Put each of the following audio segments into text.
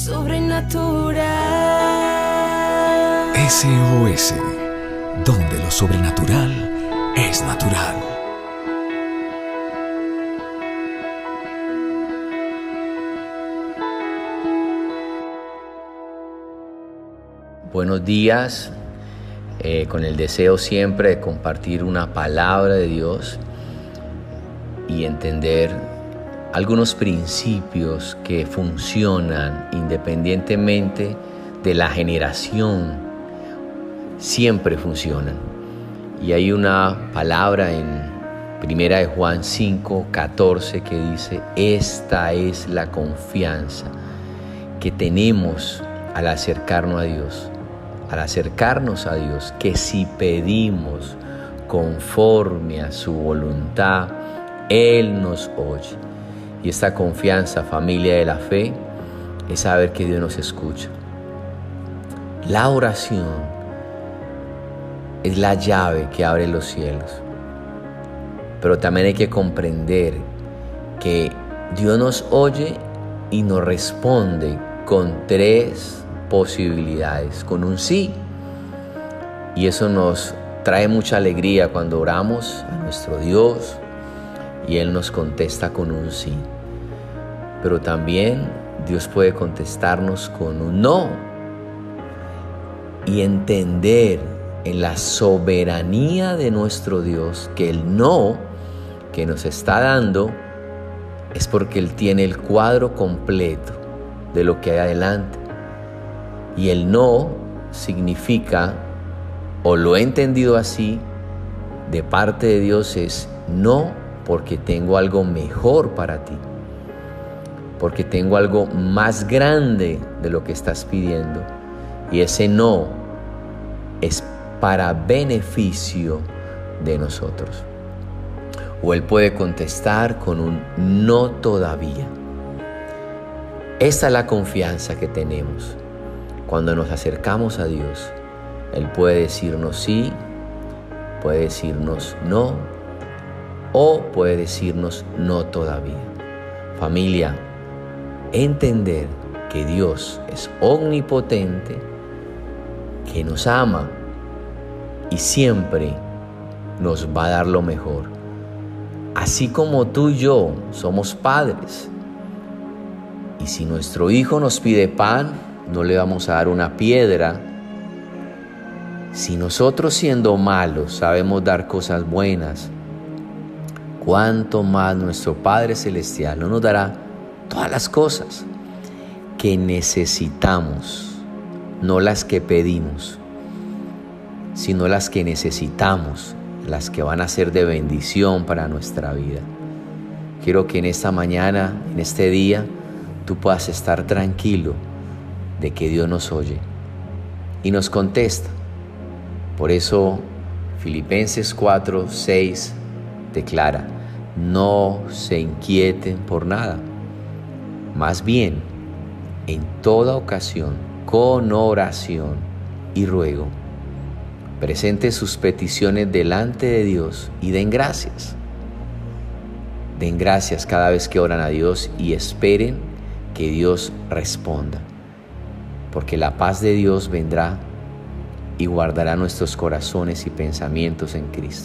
sobrenatural. SOS, donde lo sobrenatural es natural. Buenos días, con el deseo siempre de compartir una palabra de Dios y entender algunos principios que funcionan independientemente de la generación, siempre funcionan. Y hay una palabra en 1 de Juan 5:14 que dice: esta es la confianza que tenemos al acercarnos a Dios, que si pedimos conforme a su voluntad, Él nos oye. Y esta confianza, familia de la fe, es saber que Dios nos escucha. La oración es la llave que abre los cielos. Pero también hay que comprender que Dios nos oye y nos responde con 3 posibilidades, con un sí. Y eso nos trae mucha alegría cuando oramos a nuestro Dios y Él nos contesta con un sí. Pero también Dios puede contestarnos con un no. Y entender en la soberanía de nuestro Dios que el no que nos está dando es porque Él tiene el cuadro completo de lo que hay adelante. Y el no significa, o lo he entendido así, de parte de Dios es no porque tengo algo mejor para ti, porque tengo algo más grande de lo que estás pidiendo. Y ese no es para beneficio de nosotros. O Él puede contestar con un no todavía. Esta es la confianza que tenemos. Cuando nos acercamos a Dios, Él puede decirnos sí, puede decirnos no, o puede decirnos no todavía. Familia, entender que Dios es omnipotente, que nos ama y siempre nos va a dar lo mejor. Así como tú y yo somos padres, y si nuestro hijo nos pide pan, no le vamos a dar una piedra. Si nosotros, siendo malos, sabemos dar cosas buenas, ¿cuánto más nuestro Padre Celestial no nos dará todas las cosas que necesitamos? No las que pedimos, sino las que necesitamos, las que van a ser de bendición para nuestra vida. Quiero que en esta mañana, en este día, tú puedas estar tranquilo de que Dios nos oye y nos contesta. Por eso Filipenses 4:6 declara: no se inquieten por nada, más bien en toda ocasión, con oración y ruego, presenten sus peticiones delante de Dios y den gracias. Den gracias cada vez que oran a Dios y esperen que Dios responda, porque la paz de Dios vendrá y guardará nuestros corazones y pensamientos en Cristo.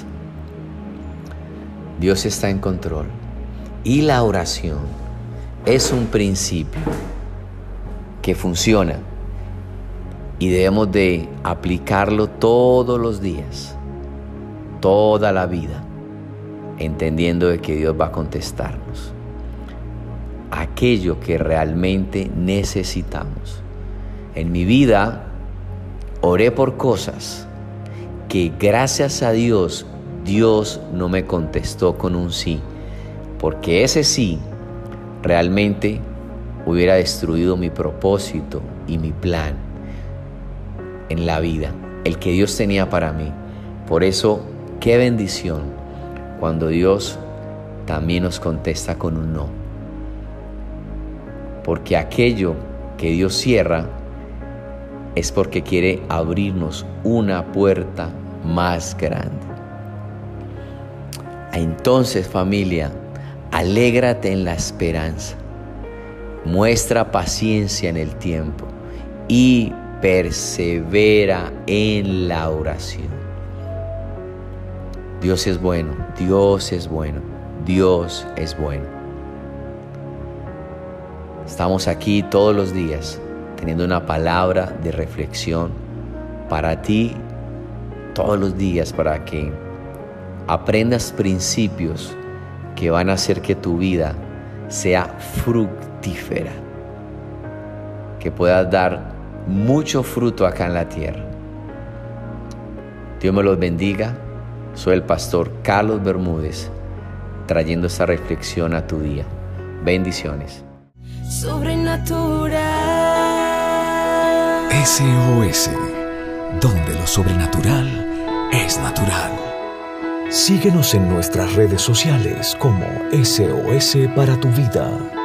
Dios está en control y la oración es un principio que funciona y debemos de aplicarlo todos los días, toda la vida, entendiendo de que Dios va a contestarnos aquello que realmente necesitamos. En mi vida oré por cosas que, gracias a Dios, Dios no me contestó con un sí, porque ese sí realmente hubiera destruido mi propósito y mi plan en la vida, el que Dios tenía para mí. Por eso, qué bendición cuando Dios también nos contesta con un no, porque aquello que Dios cierra es porque quiere abrirnos una puerta más grande. Entonces, familia, alégrate en la esperanza. muestra paciencia en el tiempo y persevera en la oración. Dios es bueno, Dios es bueno, Dios es bueno. Estamos aquí todos los días teniendo una palabra de reflexión para ti todos los días, para que aprendas principios que van a hacer que tu vida sea fructífera, que puedas dar mucho fruto acá en la tierra. Dios me los bendiga. Soy el pastor Carlos Bermúdez, trayendo esta reflexión a tu día. Bendiciones. Sobrenatural. SOS, donde lo sobrenatural es natural. Síguenos en nuestras redes sociales como SOS para tu vida.